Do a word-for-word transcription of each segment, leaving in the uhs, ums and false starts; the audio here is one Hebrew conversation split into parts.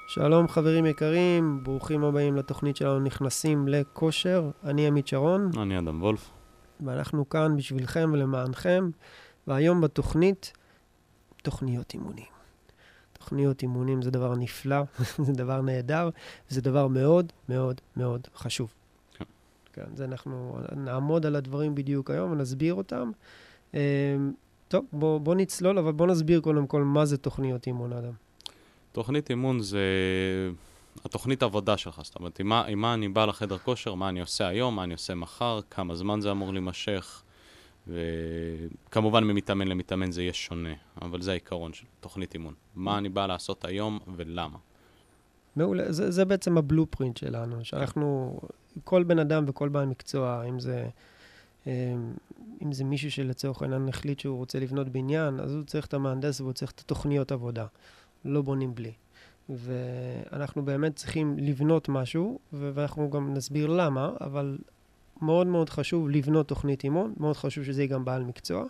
שלום חברים יקרים, ברוכים הבאים לתוכנית שלנו נכנסים לכושר. אני עמית שרון. אני אדם וולף. ואנחנו כאן בשבילכם ולמענכם. והיום בתוכנית, תוכניות אימונים. תוכניות אימונים זה דבר נפלא, זה דבר נהדר, זה דבר מאוד מאוד מאוד חשוב. כן. כן, זה אנחנו נעמוד על הדברים בדיוק היום ונסביר אותם. טוב, בוא, בוא נצלול, אבל בוא נסביר קודם כל מה זה תוכניות אימון, אדם. תוכנית אימון זה התוכנית עבודה שלך, זאת אומרת, עם מה, עם מה אני בא לחדר כושר, מה אני עושה היום, מה אני עושה מחר, כמה זמן זה אמור להימשך, וכמובן ממתאמן למתאמן זה יהיה שונה, אבל זה העיקרון של תוכנית אימון. מה אני בא לעשות היום ולמה. מעולה, זה, זה בעצם הבלופרינט שלנו, שאנחנו, כל בן אדם וכל בעל מקצוע, אם זה, אם זה מישהו שלצורך העניין החליט שהוא רוצה לבנות בניין, אז הוא צריך את המהנדס והוא צריך את התוכניות עבודה. לא בונים בלי. ואנחנו באמת צריכים לבנות משהו, ואנחנו גם נסביר למה, אבל מאוד מאוד חשוב לבנות תוכנית אימון, מאוד חשוב שזה יהיה גם בעל מקצוע.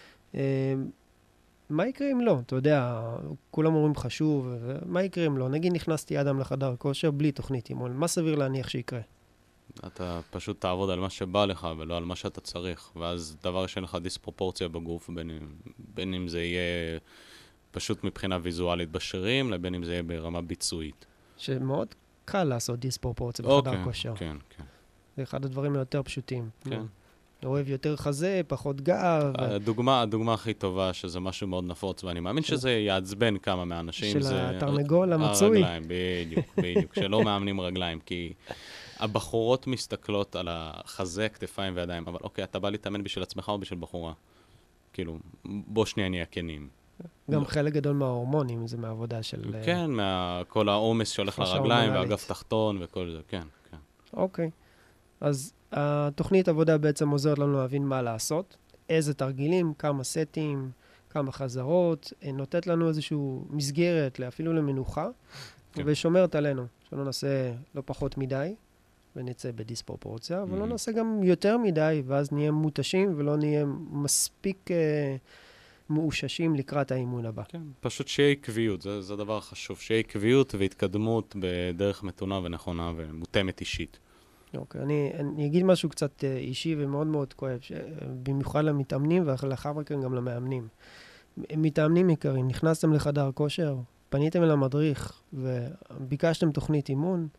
מה יקרה אם לא? אתה יודע, כולם אומרים חשוב, ומה יקרה אם לא? נגיד נכנסתי אדם לחדר כושר בלי תוכנית אימון, מה סביר להניח שיקרה? אתה פשוט תעבוד על מה שבא לך ולא על מה שאתה צריך, ואז דבר שאין לך דיספרופורציה בגוף, בין, בין אם זה יהיה פשוט מבחינה ויזואלית בשרירים, לבין אם זה יהיה ברמה ביצועית. שמאוד קל לעשות דיספרופורציה בחדר אוקיי, כושר. כן, כן. זה אחד הדברים היותר פשוטים. כן. אוהב יותר חזה, פחות גב. הדוגמה, הדוגמה הכי טובה, שזה משהו מאוד נפוץ, ואני מאמין שזה יעצבן כמה מהאנשים. של זה התרנגול המצוי. הרגליים, בדיוק, בדיוק. שלא מאמנים רגליים, כי הבחורות מסתכלות על החזה, כתפיים וידיים, אבל אוקיי, אתה בא להתאמן בשביל עצמך או בשביל בחורה? כאילו, בוא שנייה נהיה כנים. גם חלק גדול מההורמונים, זה מהעבודה של... כן, כל העומס שהולך לרגליים, והגף תחתון וכל זה, כן, כן. אוקיי. אז התוכנית עבודה בעצם עוזרת לנו להבין מה לעשות, איזה תרגילים, כמה סטים, כמה חזרות, נותנת לנו איזושהי מסגרת, אפילו למנוחה, כן. ושומרת עלינו, שלא נעשה לא פחות מדי, ונצא בדיספרופורציה, אבל mm-hmm. לא נעשה גם יותר מדי, ואז נהיה מותשים ולא נהיה מספיק אה, מאוששים לקראת האימון הבא. כן, פשוט שיהיה עקביות, זה, זה דבר חשוב, שיהיה עקביות והתקדמות בדרך מתונה ונכונה ומותאמת אישית. אוקיי, אני, אני אגיד משהו קצת אישי ומאוד מאוד כואב, במיוחד למתאמנים ולאחר מכן גם למאמנים. מתאמנים יקרים, נכנסתם לחדר כושר, פניתם אל המדריך וביקשתם תוכנית אימון,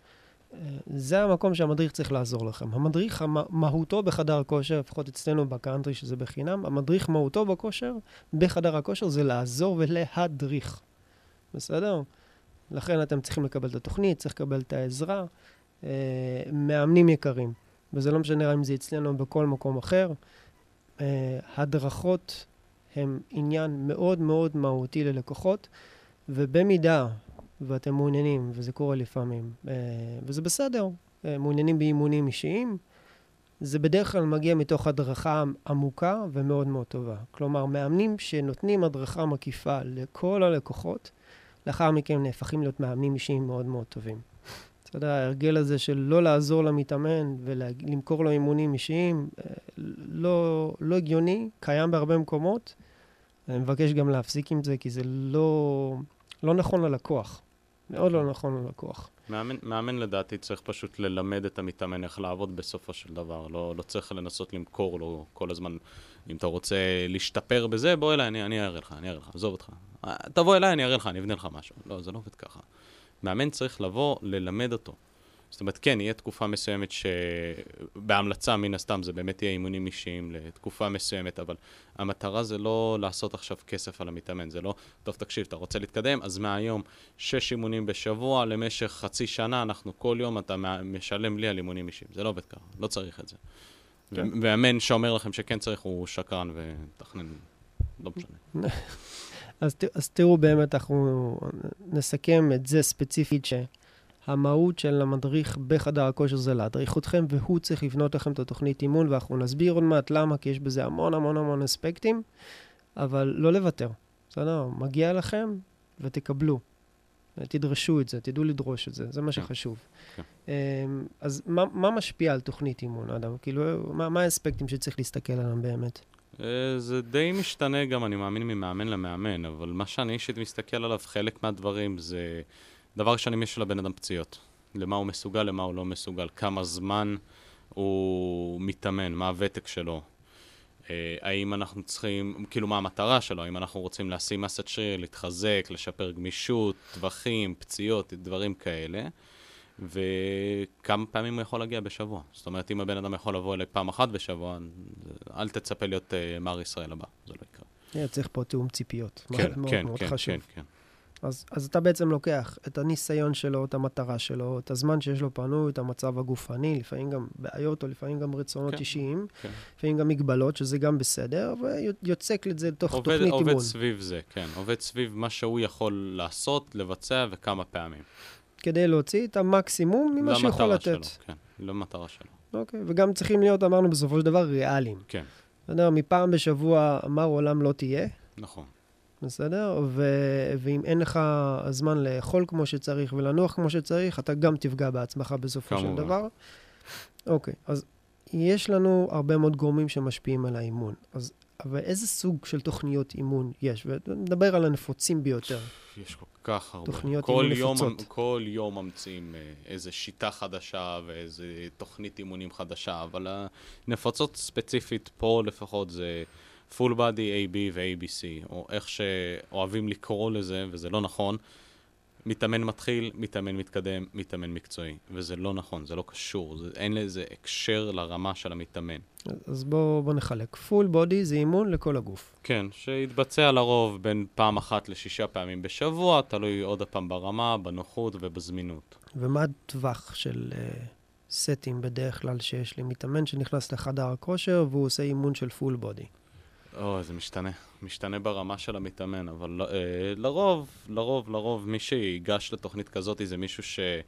זה המקום שהמדריך צריך לעזור לכם. המדריך, מהותו בחדר כושר, לפחות אצלנו בקאנטרי שזה בחינם, המדריך מהותו בכושר, בחדר הכושר זה לעזור ולהדריך. בסדר? לכן אתם צריכים לקבל את התוכנית, צריך לקבל את העזרה, Uh, מאמנים יקרים, וזה לא משנה אם זה אצלנו בכל מקום אחר. Uh, הדרכות הם עניין מאוד מאוד מהותי ללקוחות, ובמידה ואתם מעוניינים, וזה קורה לפעמים, uh, וזה בסדר, uh, מעוניינים באימונים אישיים, זה בדרך כלל מגיע מתוך הדרכה עמוקה ומאוד מאוד טובה. כלומר, מאמנים שנותנים הדרכה מקיפה לכל הלקוחות, לאחר מכן נהפכים להיות מאמנים אישיים מאוד מאוד טובים. אתה יודע, ההרגל הזה של לא לעזור למתאמן ולמכור לו אימונים אישיים, לא, לא הגיוני, קיים בהרבה מקומות. אני מבקש גם להפסיק עם זה, כי זה לא, לא נכון ללקוח. מאוד לא נכון ללקוח. מאמן, מאמן לדעתי צריך פשוט ללמד את המתאמן איך לעבוד בסופו של דבר. לא, לא צריך לנסות למכור לו כל הזמן. אם אתה רוצה להשתפר בזה, בוא אליי, אני, אני אראה לך, אני אראה לך, עזוב אותך. תבוא אליי, אני אראה לך, אני אבנה לך משהו. לא, זה לא עובד ככה. מאמן צריך לבוא, ללמד אותו. זאת אומרת, כן, יהיה תקופה מסוימת שבהמלצה מן הסתם זה באמת יהיה אימונים אישיים לתקופה מסוימת, אבל המטרה זה לא לעשות עכשיו כסף על המתאמן, זה לא, טוב תקשיב, אתה רוצה להתקדם, אז מהיום שש אימונים בשבוע, למשך חצי שנה, אנחנו כל יום אתה משלם לי על אימונים אישיים, זה לא עובד ככה, לא צריך את זה. כן. והמאמן שאומר לכם שכן צריך הוא שקרן ותכנן, לא משנה. אז, אז תראו באמת, אנחנו נסכם את זה ספציפית שהמהות של המדריך בחדר הכושר זה להדריך אתכם, והוא צריך לבנות לכם את התוכנית אימון, ואנחנו נסביר עוד מעט למה, כי יש בזה המון המון המון אספקטים, אבל לא לוותר. בסדר, מגיע לכם ותקבלו. תדרשו את זה, תדעו לדרוש את זה, זה מה שחשוב. אז מה, מה משפיע על תוכנית אימון, אדם? כאילו, מה, מה האספקטים שצריך להסתכל עליהם באמת? זה די משתנה גם, אני מאמין ממאמן למאמן, אבל מה שאני אישית מסתכל עליו, חלק מהדברים זה דבר ראשון, אם יש לבן אדם פציעות. למה הוא מסוגל, למה הוא לא מסוגל. כמה זמן הוא מתאמן, מה הוותק שלו. האם אנחנו צריכים, כאילו מה המטרה שלו, האם אנחנו רוצים לשים מסת שריר, להתחזק, לשפר גמישות, טווחים, פציעות, דברים כאלה. וכמה פעמים הוא יכול להגיע בשבוע. זאת אומרת, אם הבן אדם יכול לבוא אליי פעם אחת בשבוע, אל תצפה להיות uh, מר ישראל הבא, זה לא יקרה. Yeah, צריך פה תיאום ציפיות. כן, מאוד, כן, מאוד כן, חשוב. כן, כן. אז, אז אתה בעצם לוקח את הניסיון שלו, את המטרה שלו, את הזמן שיש לו פנוי, את המצב הגופני, לפעמים גם בעיות או לפעמים גם רצונות כן, אישיים, כן. לפעמים גם מגבלות, שזה גם בסדר, ויוצק את זה לתוך עובד, תוכנית עובד אימון. סביב זה, כן. עובד סביב מה שהוא יכול לעשות, לבצע וכמה פעמים. כדי להוציא את המקסימום ממה שיכול לתת. למטרה שלו, כן. למטרה שלו. אוקיי, וגם צריכים להיות, אמרנו בסופו של דבר, ריאליים. כן. בסדר, מפעם בשבוע אמר עולם לא תהיה. נכון. בסדר? ו- ואם אין לך זמן לאכול כמו שצריך ולנוח כמו שצריך, אתה גם תפגע בעצמך בסופו כמובן. של דבר. אוקיי, אז יש לנו הרבה מאוד גורמים שמשפיעים על האימון. אז, אבל איזה סוג של תוכניות אימון יש? ונדבר על הנפוצים ביותר. יש כל כך הרבה. תוכניות כל אימון יום, נפוצות. כל יום ממציאים אה, איזו שיטה חדשה ואיזו תוכנית אימונים חדשה, אבל הנפוצות ספציפית פה לפחות זה full body, A B ו-A B C, או איך שאוהבים לקרוא לזה, וזה לא נכון. מתאמן מתחיל, מתאמן מתקדם, מתאמן מקצועי, וזה לא נכון, זה לא קשור, זה, אין לזה הקשר לרמה של המתאמן. אז בואו בוא נחלק. פול בודי זה אימון לכל הגוף. כן, שיתבצע לרוב בין פעם אחת לשישה פעמים בשבוע, תלוי עוד הפעם ברמה, בנוחות ובזמינות. ומה הטווח של uh, סטים בדרך כלל שיש לי מתאמן שנכנס לחדר הכושר והוא עושה אימון של פול בודי? או, זה משתנה. משתנה ברמה של המתאמן, אבל אה, לרוב, לרוב, לרוב, מי שיגש לתוכנית כזאת זה מישהו שאין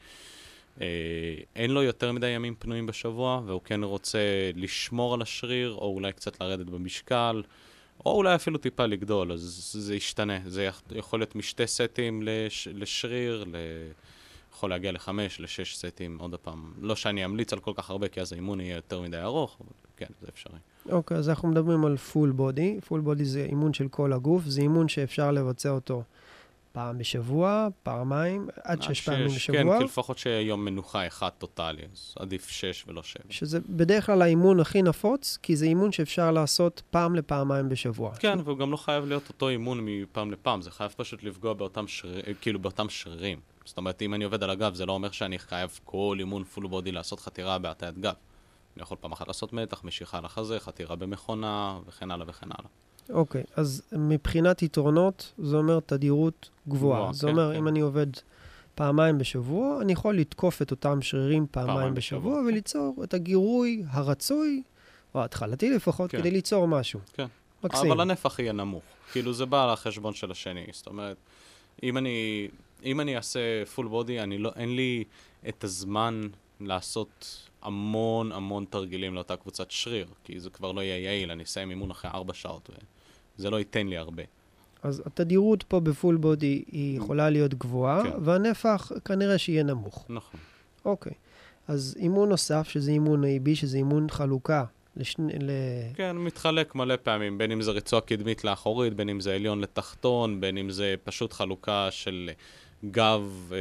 אה, לו יותר מדי ימים פנויים בשבוע, והוא כן רוצה לשמור על השריר, או אולי קצת לרדת במשקל, או אולי אפילו טיפה לגדול, אז זה ישתנה. זה יכול להיות משתי סטים לש, לשריר, ל... יכול להגיע לחמש, לשש סטים, עוד הפעם. לא שאני אמליץ על כל כך הרבה, כי אז האימון יהיה יותר מדי ארוך, אבל כן, זה אפשרי. אוקיי, אז אנחנו מדברים על פול בודי. פול בודי זה אימון של כל הגוף, זה אימון שאפשר לבצע אותו פעם בשבוע, פעמיים, עד שש פעמים בשבוע. כן, כי לפחות שיום מנוחה אחד טוטלי, אז עדיף שש ולא שבע. שזה בדרך כלל האימון הכי נפוץ, כי זה אימון שאפשר לעשות פעם לפעמיים בשבוע. כן, והוא גם לא חייב להיות אותו אימון מפעם לפעם, זה חייב פשוט לפגוע באותם שרירים, כאילו באותם שרירים. זאת אומרת, אם אני עובד על הגב, זה לא אומר שאני חייב כל אימון פול בודי לעשות חתירה בהטיית גב. אני יכול פעם אחת לעשות מתח, משיכה לחזה, חתירה במכונה, וכן הלאה וכן הלאה. אוקיי, אז מבחינת יתרונות, זה אומר תדירות גבוהה. זה אומר, אם אני עובד פעמיים בשבוע, אני יכול לתקוף את אותם שרירים פעמיים בשבוע, וליצור את הגירוי הרצוי, או ההתחלתי לפחות, כדי ליצור משהו. כן. מקסים. אבל הנפח יהיה נמוך. כאילו, זה בא על החשבון של השני. זאת אומרת, אם אני, אם אני אעשה פול בודי, אני לא, אין לי את הזמן לעשות המון המון תרגילים לאותה קבוצת שריר, כי זה כבר לא יהיה יעיל, אני אסיים אימון אחרי ארבע שעות, וזה לא ייתן לי הרבה. אז התדירות פה בפול בודי היא יכולה להיות גבוהה, כן. והנפח כנראה שיהיה נמוך. נכון. אוקיי. אז אימון נוסף, שזה אימון A B, שזה אימון חלוקה. לשני, ל... כן, מתחלק מלא פעמים, בין אם זה ריצוע קדמית לאחורית, בין אם זה עליון לתחתון, בין אם זה פשוט חלוקה של גב, אה,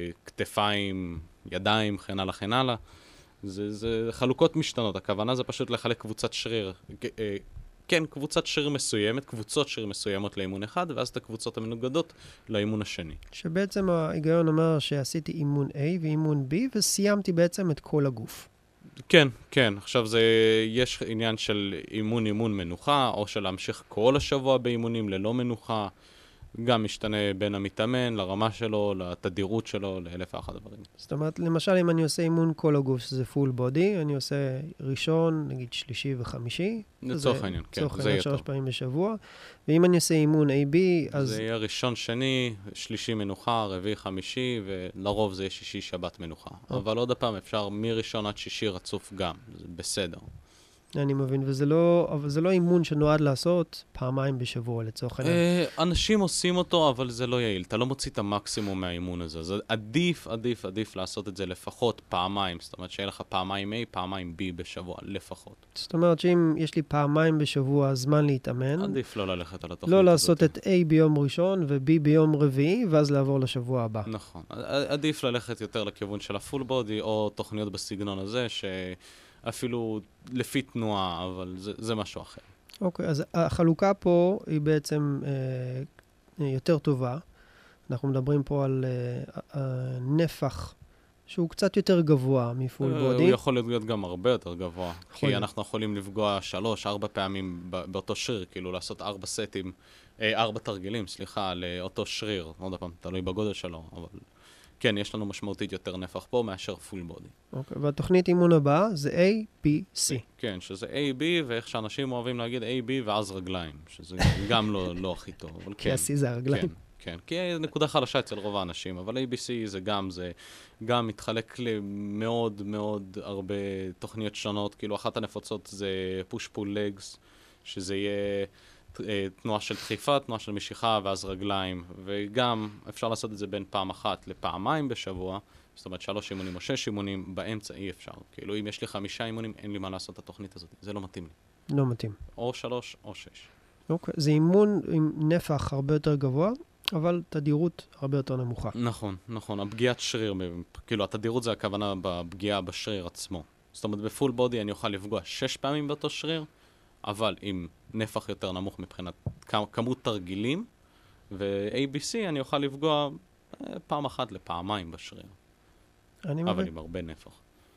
כתפיים, ידיים, כן הלאה, כן הלאה. זה, זה חלוקות משתנות, הכוונה זה פשוט לחלק קבוצת שריר, כן, קבוצת שריר מסוימת, קבוצות שריר מסוימות לאימון אחד, ואז את הקבוצות המנוגדות לאימון השני. שבעצם ההיגיון אומר שעשיתי אימון A ואימון B, וסיימתי בעצם את כל הגוף. כן, כן, עכשיו זה, יש עניין של אימון אימון מנוחה, או של להמשיך כל השבוע באימונים ללא מנוחה, גם משתנה בין המתאמן, לרמה שלו, לתדירות שלו, לאלף ואחת דברים. זאת אומרת, למשל, אם אני עושה אימון כל הגוף, שזה פול בודי, אני עושה ראשון, נגיד שלישי וחמישי. לצורך העניין, כן, זה יהיה טוב. שלוש פעמים בשבוע. ואם אני עושה אימון A B, אז... זה יהיה ראשון, שני, שלישי מנוחה, רביעי, חמישי, ולרוב זה יהיה שישי, שבת מנוחה. אבל עוד הפעם, אפשר מראשון עד שישי רצוף גם, זה בסדר. אני מבין, וזה לא, אבל זה לא אימון שנועד לעשות פעמיים בשבוע לצורך העניין. אנשים עושים אותו, אבל זה לא יעיל. אתה לא מוציא את המקסימום מהאימון הזה. זה עדיף, עדיף, עדיף לעשות את זה לפחות פעמיים. זאת אומרת שיהיה לך פעמיים A, פעמיים B בשבוע, לפחות. זאת אומרת שאם יש לי פעמיים בשבוע זמן להתאמן, עדיף לא ללכת על התוכנית הזאת. לא לעשות את A ביום ראשון ו-B ביום רביעי, ואז לעבור לשבוע הבא. נכון. עדיף ללכת יותר לכיוון של הפול בודי, או תוכניות בסגנון הזה, שאפילו לפי תנועה, אבל זה, זה משהו אחר. אוקיי, אז החלוקה פה היא בעצם אה, יותר טובה. אנחנו מדברים פה על אה, אה, נפח שהוא קצת יותר גבוה מפול בודי. הוא יכול להיות גם הרבה יותר גבוה, כי אנחנו יכולים לפגוע שלוש, ארבע פעמים באותו שריר, כאילו לעשות ארבע סטים, ארבע תרגילים, סליחה, לאותו שריר, עוד פעם, תלוי בגודל שלו, אבל כן, יש לנו משמעותית יותר נפח פה מאשר פול בודי. אוקיי, והתוכנית אימון הבאה זה A, B, C. כן, שזה A, B, ואיך שאנשים אוהבים להגיד A, B ואז רגליים, שזה גם לא הכי טוב, אבל כן. כי ה-C זה הרגליים. כן, כי נקודה חלשה אצל רוב האנשים, אבל A B C זה גם, זה גם מתחלק למאוד מאוד הרבה תוכניות שונות, כאילו אחת הנפוצות זה push-pull legs, שזה יהיה תנועה של דחיפה, תנועה של משיכה ואז רגליים, וגם אפשר לעשות את זה בין פעם אחת לפעמיים בשבוע, זאת אומרת שלוש אימונים או שש אימונים, באמצע אי אפשר. כאילו אם יש לי חמישה אימונים, אין לי מה לעשות את התוכנית הזאת, זה לא מתאים לי. לא מתאים. או שלוש או שש. אוקיי, זה אימון עם נפח הרבה יותר גבוה, אבל תדירות הרבה יותר נמוכה. נכון, נכון. הפגיעת שריר, כאילו, התדירות זה הכוונה בפגיעה בשריר עצמו. זאת אומרת, בפול בודי אני אוכל לפגוע שש פעמים באותו שריר, אבל עם נפח יותר נמוך מבחינת כמות תרגילים, ו-A B C אני אוכל לפגוע פעם אחת לפעמיים בשריר. אני מבין. אבל עם הרבה נפח.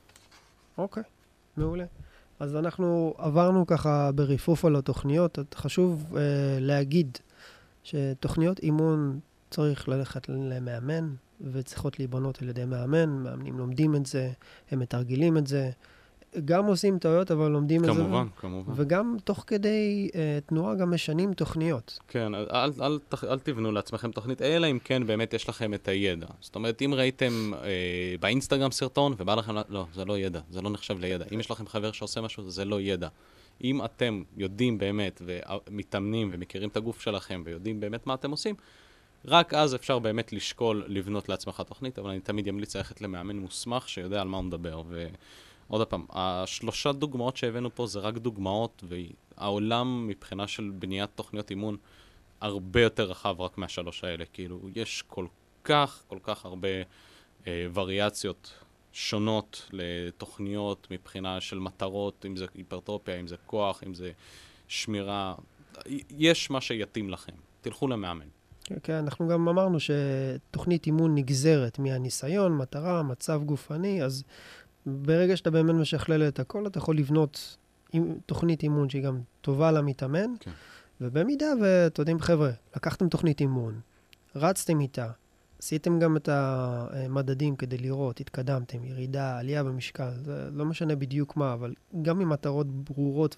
אוקיי, מעולה. אז אנחנו עברנו ככה בריפוף על התוכניות. חשוב אה, להגיד שתוכניות אימון צריך ללכת למאמן, וצריכות להיבנות על ידי מאמן. מאמנים לומדים את זה, הם מתרגילים את זה. גם עושים טעויות, אבל לומדים את זה. כמובן, כמובן. וגם תוך כדי אה, תנועה גם משנים תוכניות. כן, אל, אל, אל, אל תבנו לעצמכם תוכנית, אלא אם כן באמת יש לכם את הידע. זאת אומרת, אם ראיתם אה, באינסטגרם סרטון ובא לכם, לא, זה לא ידע, זה לא נחשב לידע. אם יש לכם חבר שעושה משהו, זה לא ידע. אם אתם יודעים באמת ומתאמנים ומכירים את הגוף שלכם ויודעים באמת מה אתם עושים, רק אז אפשר באמת לשקול לבנות לעצמך תוכנית, אבל אני תמיד ימליץ ללכת למאמן מוסמך שיודע על מה הוא מדבר. ועוד פעם, השלושה דוגמאות שהבאנו פה זה רק דוגמאות, והעולם מבחינה של בניית תוכניות אימון הרבה יותר רחב רק מהשלוש האלה. כאילו, יש כל כך, כל כך הרבה אה, וריאציות שונות לתוכניות מבחינה של מטרות, אם זה היפרטרופיה, אם זה כוח, אם זה שמירה. יש מה שיתאים לכם. תלכו למאמן. כן, כן, אנחנו גם אמרנו שתוכנית אימון נגזרת מהניסיון, מטרה, מצב גופני, אז ברגע שאתה באמת משכלל את הכל, אתה יכול לבנות תוכנית אימון שהיא גם טובה למתאמן, כן. ובמידה, ואתם יודעים, חבר'ה, לקחתם תוכנית אימון, רצתם איתה, עשיתם גם את המדדים כדי לראות, התקדמתם, ירידה, עלייה במשקל, זה לא משנה בדיוק מה, אבל גם עם מטרות ברורות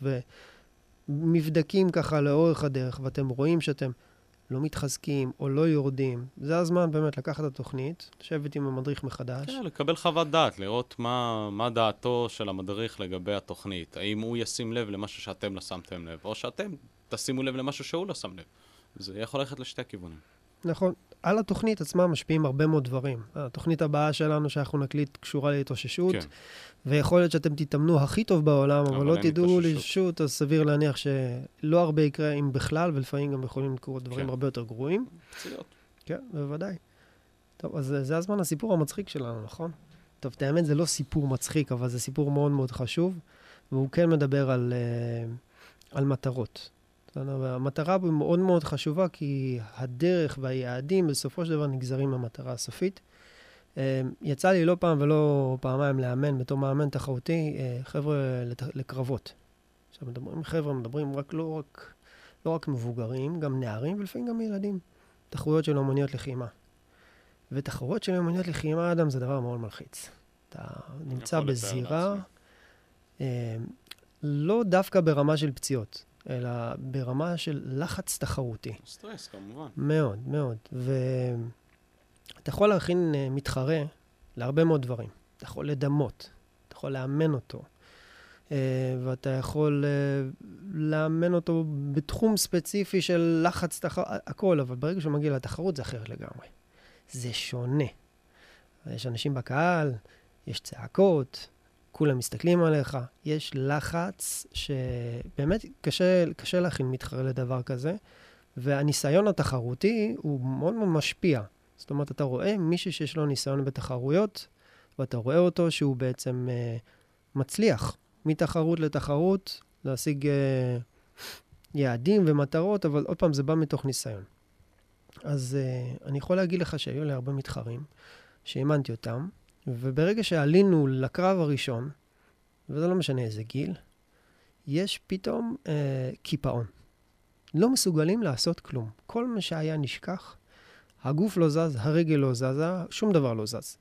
ומבדקים ככה לאורך הדרך, ואתם רואים שאתם לא מתחזקים או לא יורדים, זה הזמן באמת לקחת את התוכנית, לשבת עם המדריך מחדש. כן, לקבל חוות דעת, לראות מה, מה דעתו של המדריך לגבי התוכנית. האם הוא ישים לב למשהו שאתם לא שמתם לב, או שאתם תשימו לב למשהו שהוא לא שם לב. זה יכול ללכת לשתי הכיוונים. נכון. על התוכנית עצמה משפיעים הרבה מאוד דברים. התוכנית הבאה שלנו שאנחנו נקליט קשורה להתאוששות, כן. ויכול להיות שאתם תתאמנו הכי טוב בעולם, אבל, אבל לא תדעו להתאוששות, אז סביר להניח שלא הרבה יקרה אם בכלל, ולפעמים גם יכולים לקרות דברים כן. הרבה יותר גרועים. פציעות. כן, בוודאי. טוב, אז זה הזמן הסיפור המצחיק שלנו, נכון? טוב, תאמת, זה לא סיפור מצחיק, אבל זה סיפור מאוד מאוד חשוב, והוא כן מדבר על, על מטרות. המטרה היא מאוד מאוד חשובה, כי הדרך והיעדים בסופו של דבר נגזרים מהמטרה הסופית. יצא לי לא פעם ולא פעמיים לאמן, בתור מאמן תחרותי, חבר'ה לקרבות. עכשיו מדברים, חבר'ה מדברים רק לא רק, לא רק מבוגרים, גם נערים ולפעמים גם ילדים. תחרויות של אומניות לחימה. ותחרויות של אומניות לחימה, אדם, זה דבר מאוד מלחיץ. אתה נמצא בזירה, לא דווקא ברמה של פציעות. אלא ברמה של לחץ תחרותי. סטרס, כמובן. מאוד, מאוד. ואתה יכול להכין מתחרה להרבה מאוד דברים. אתה יכול לדמות, אתה יכול לאמן אותו. ואתה יכול לאמן אותו בתחום ספציפי של לחץ, הכל, אבל ברגע שהוא מגיע לתחרות זה אחרת לגמרי. זה שונה. יש אנשים בקהל, יש צעקות, כולם מסתכלים עליך, יש לחץ שבאמת קשה, קשה להכין מתחרה לדבר כזה, והניסיון התחרותי הוא מאוד מאוד משפיע. זאת אומרת, אתה רואה מישהו שיש לו ניסיון בתחרויות, ואתה רואה אותו שהוא בעצם uh, מצליח מתחרות לתחרות, להשיג uh, יעדים ומטרות, אבל עוד פעם זה בא מתוך ניסיון. אז uh, אני יכול להגיד לך שהיו לי הרבה מתחרים, שאימנתי אותם, וברגע שעלינו לקרב הראשון, וזה לא משנה איזה גיל, יש פתאום uh, קיפאון. לא מסוגלים לעשות כלום. כל מה שהיה נשכח, הגוף לא זז, הרגל לא זזה, שום דבר לא זז.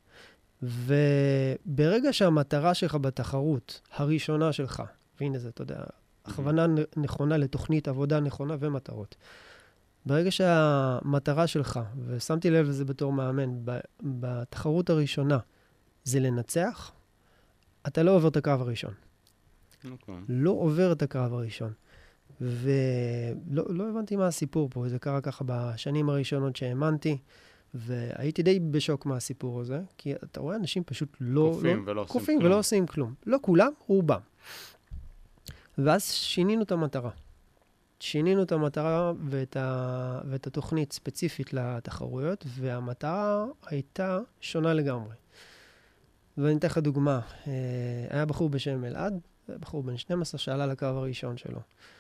וברגע שהמטרה שלך בתחרות, הראשונה שלך, והנה זה, אתה יודע, הכוונה נכונה לתוכנית עבודה נכונה ומטרות. ברגע שהמטרה שלך, ושמתי לב לזה בתור מאמן, בתחרות הראשונה, זה לנצח, אתה לא עובר את הקרב הראשון. Okay. לא עובר את הקרב הראשון. ולא לא הבנתי מה הסיפור פה, זה קרה ככה בשנים הראשונות שהאמנתי, והייתי די בשוק מהסיפור הזה, כי אתה רואה אנשים פשוט לא... קופים לא, ולא עושים קופים כלום. ולא עושים כלום. לא כולם, רובם. ואז שינינו את המטרה. שינינו את המטרה ואת, ה... ואת התוכנית ספציפית לתחרויות, והמטרה הייתה שונה לגמרי. ואני אתן לך דוגמה. היה בחור בשם אלעד, בחור בן שנים עשר שעלה לקרב הראשון שלו.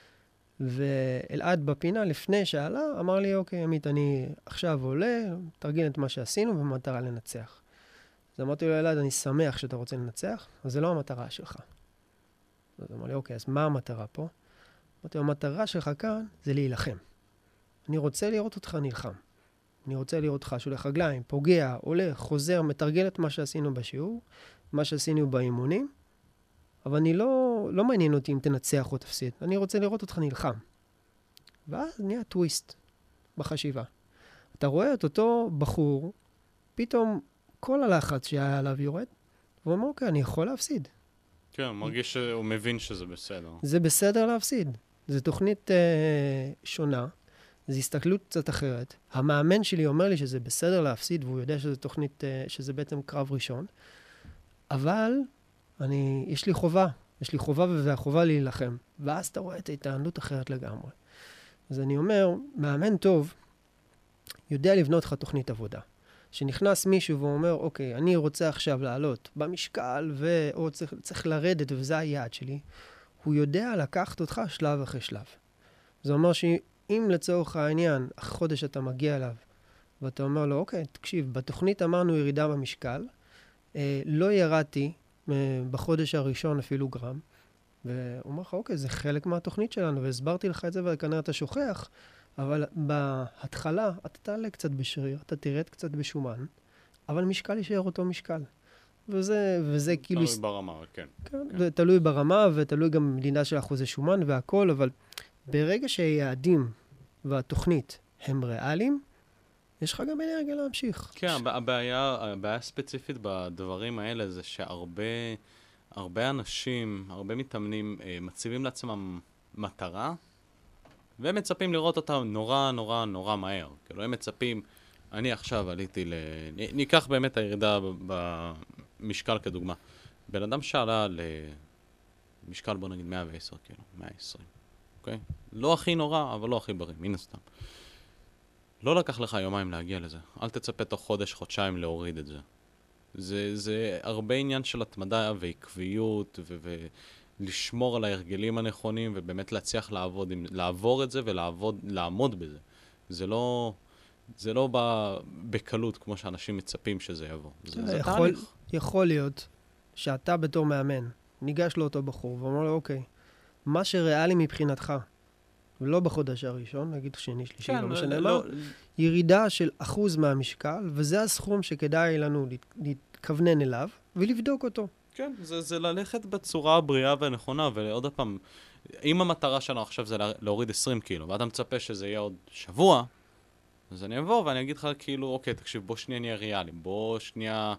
ואלעד בפינה, לפני שעלה, אמר לי, אוקיי, עמית, אני עכשיו עולה, תרגיל את מה שעשינו, ומטרה לנצח. אז אמרתי לו, אלעד, אני שמח שאתה רוצה לנצח, אבל זה לא המטרה שלך. אז אמר לי, אוקיי, אז מה המטרה פה? אמרתי לו, המטרה שלך כאן זה להילחם. אני רוצה לראות אותך נלחם. אני רוצה לראות אותך שולח רגליים, פוגע, הולך, חוזר, מתרגל את מה שעשינו בשיעור, מה שעשינו באימונים, אבל אני לא, לא מעניין אותי אם תנצח או תפסיד. אני רוצה לראות אותך נלחם. ואז נהיה טוויסט בחשיבה. אתה רואה את אותו בחור, פתאום כל הלחץ שהיה עליו יורד, והוא אומר, אוקיי, אני יכול להפסיד. כן, הוא מרגיש שהוא מבין שזה בסדר. זה בסדר להפסיד. זו תוכנית אה, שונה, זו הסתכלות קצת אחרת. המאמן שלי אומר לי שזה בסדר להפסיד, והוא יודע שזו תוכנית, אה, שזה בעצם קרב ראשון, אבל אני, יש לי חובה, יש לי חובה והחובה להילחם. ואז אתה רואה את ההתנהלות אחרת לגמרי. אז אני אומר, מאמן טוב יודע לבנות לך תוכנית עבודה. שנכנס מישהו ואומר, אוקיי, אני רוצה עכשיו לעלות במשקל, ו... או צריך, צריך לרדת, וזה היעד שלי, הוא יודע לקחת אותך שלב אחרי שלב. זה אומר שאם לצורך העניין, החודש אתה מגיע אליו, ואתה אומר לו, אוקיי, תקשיב, בתוכנית אמרנו ירידה במשקל, אה, לא ירדתי אה, בחודש הראשון אפילו גרם, והוא אומר לך, אוקיי, זה חלק מהתוכנית שלנו, והסברתי לך את זה, וכנראה אתה שוכח, אבל בהתחלה אתה תעלה קצת בשריר, אתה תרד קצת בשומן, אבל משקל יישאר אותו משקל. וזה, וזה כאילו... תלוי ברמה, כן. כן, זה תלוי ברמה, ותלוי גם במדינה של אחוזי שומן והכל, אבל ברגע שהיעדים והתוכנית הם ריאליים, יש לך גם אנרגיה להמשיך. כן, הבעיה, הבעיה הספציפית בדברים האלה זה שהרבה הרבה אנשים, הרבה מתאמנים, מציבים לעצמם מטרה, והם מצפים לראות אותה נורא, נורא, נורא מהר. כאילו, הם מצפים, אני עכשיו עליתי ל... ניקח באמת הירידה במשקל כדוגמה. בן אדם שעלה למשקל, בוא נגיד, מאה ועשר, כאילו, מאה ועשרים, אוקיי? לא הכי נורא, אבל לא הכי בריא, מן הסתם. לא לקח לך יומיים להגיע לזה. אל תצפה תוך חודש, חודשיים להוריד את זה. זה, זה הרבה עניין של התמדה ועקביות ו... לשמור על ההרגלים הנכונים, ובאמת להצליח לעבוד, לעבור את זה ולעבוד, לעמוד בזה. זה לא, זה לא בא בקלות, כמו שאנשים מצפים שזה יבוא. זה, זה יכול, תהליך. יכול להיות שאתה בתור מאמן, ניגש לאותו בחור, ואומר לו, אוקיי, מה שריאלי מבחינתך, ולא בחודש הראשון, נגיד שני, שלישי, כן, לא משנה לא, מה, ירידה של אחוז מהמשקל, וזה הסכום שכדאי לנו להתכוונן אליו, ולבדוק אותו. כן, זה, זה ללכת בצורה הבריאה והנכונה, ועוד פעם, אם המטרה שלנו עכשיו זה להוריד עשרים קילו, ואתה מצפה שזה יהיה עוד שבוע, אז אני אבוא ואני אגיד לך כאילו, אוקיי, תקשיב, בוא שנייה נהיה ריאליים, בוא שנייה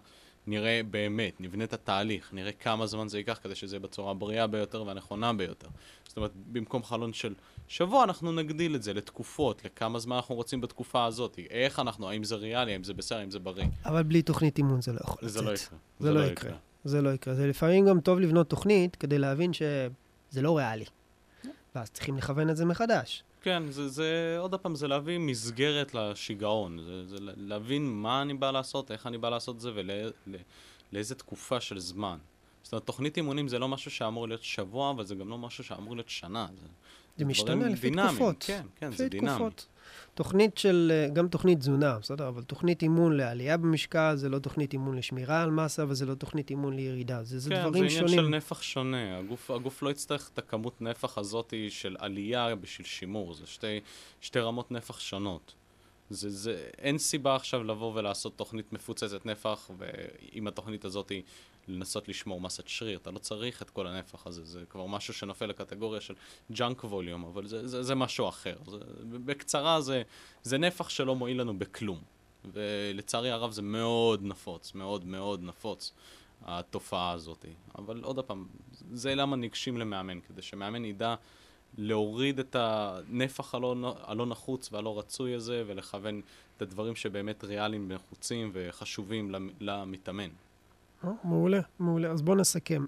נראה באמת, נבנה את התהליך, נראה כמה זמן זה ייקח כדי שזה בצורה הבריאה ביותר והנכונה ביותר. זאת אומרת, במקום חלון של שבוע, אנחנו נגדיל את זה לתקופות, לכמה זמן אנחנו רוצים בתקופה הזאת, איך אנחנו, האם זה ריאלי, האם זה בסדר, האם זה בריא. אבל בלי תוכנית אימון זה לא יכול לצאת. זה לא יקרה. זה לא יקרה. זה לא יקרה. זה לפעמים גם טוב לבנות תוכנית כדי להבין שזה לא ריאלי. ואז צריכים לכוון את זה מחדש. כן, זה, זה, עוד הפעם, זה להביא מסגרת לשיגעון. זה, זה להבין מה אני בא לעשות, איך אני בא לעשות זה, ולאיזה תקופה של זמן. זאת אומרת, תוכנית אימונים זה לא משהו שאמור להיות שבוע, אבל זה גם לא משהו שאמור להיות שנה. זה, זה משתנה לפי תקופות. כן, כן, זה דינמי. תוכנית של, גם תוכנית תזונה, בסדר? אבל תוכנית אימון לעלייה במשקל, זה לא תוכנית אימון לשמירה על מסה, וזה לא תוכנית אימון לירידה. זה, זה כן, דברים זה שונים. עניין של נפח שונה. הגוף, הגוף לא יצטרך את הכמות נפח הזאת של עלייה בשביל שימור. זה שתי, שתי רמות נפח שונות. זה, זה, אין סיבה עכשיו לבוא ולעשות תוכנית מפוצצת נפח, ועם התוכנית הזאת לנסות לשמור מסת שריר. אתה לא צריך את כל הנפח הזה. זה כבר משהו שנופל לקטגוריה של ג'אנק ווליום, אבל זה, זה, זה משהו אחר. זה, בקצרה, זה, זה נפח שלא מועיל לנו בכלום. ולצערי הרב זה מאוד נפוץ, מאוד מאוד נפוץ, התופעה הזאת. אבל עוד פעם, זה למה ניגשים למאמן, כדי שמאמן ידע להוריד את הנפח הלא, הלא נחוץ והלא רצוי הזה, ולכוון את הדברים שבאמת ריאליים ונחוצים וחשובים למתאמן. מעולה, מעולה. אז בואו נסכם.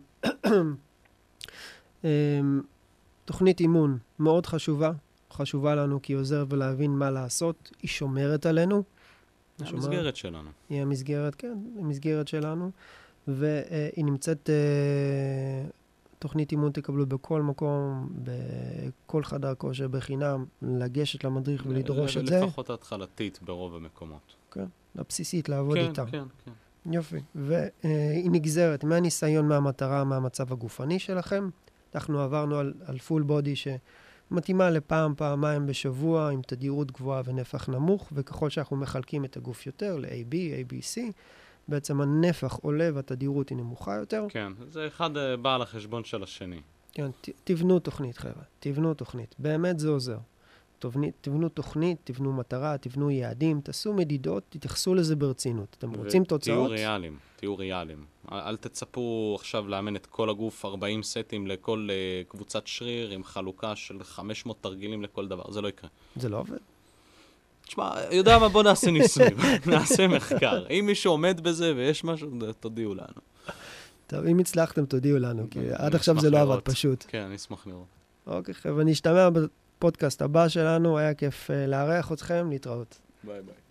תוכנית אימון מאוד חשובה, חשובה לנו כי היא עוזרת להבין מה לעשות, היא שומרת עלינו. היא המסגרת שלנו. היא המסגרת, כן, המסגרת שלנו, והיא נמצאת, תוכנית אימון תקבלו בכל מקום, בכל חדר כושר בחינם, לגשת למדריך ולדרוש את זה. לפחות התחלתית ברוב המקומות. כן, הבסיסית, לעבוד איתם. כן, כן, כן. יופי, והיא נגזרת מהניסיון, מהמטרה, מהמצב הגופני שלכם. אנחנו עברנו על, על פול בודי שמתאימה לפעם, פעמיים בשבוע, עם תדירות גבוהה ונפח נמוך, וככל שאנחנו מחלקים את הגוף יותר ל-A B, A B C, בעצם הנפח עולה והתדירות היא נמוכה יותר. כן, זה אחד בא על החשבון של השני. כן, ת, תבנו תוכנית, חבר'ה, תבנו תוכנית. באמת זה עוזר. תבנו, תבנו תוכנית, תבנו מטרה, תבנו יעדים, תעשו מדידות, תתייחסו לזה ברצינות. אתם רוצים תוצאות? תהיו ריאליים, תהיו ריאליים. אל, אל תצפו עכשיו לאמן את כל הגוף ארבעים סטים לכל uh, קבוצת שריר עם חלוקה של חמש מאות תרגילים לכל דבר. זה לא יקרה. זה לא עובד. תשמע, יודע מה? בוא נעשה ניסוי, נעשה מחקר. אם מישהו עומד בזה ויש משהו, תודיעו לנו. טוב, אם הצלחתם, תודיעו לנו, כי עד עכשיו זה לא עבד פשוט. כן, אני אשמח לראות. אוקיי, חבר'ה, נשתמע בפודקאסט הבא שלנו, היה כיף לארח אתכם, להתראות. ביי ביי.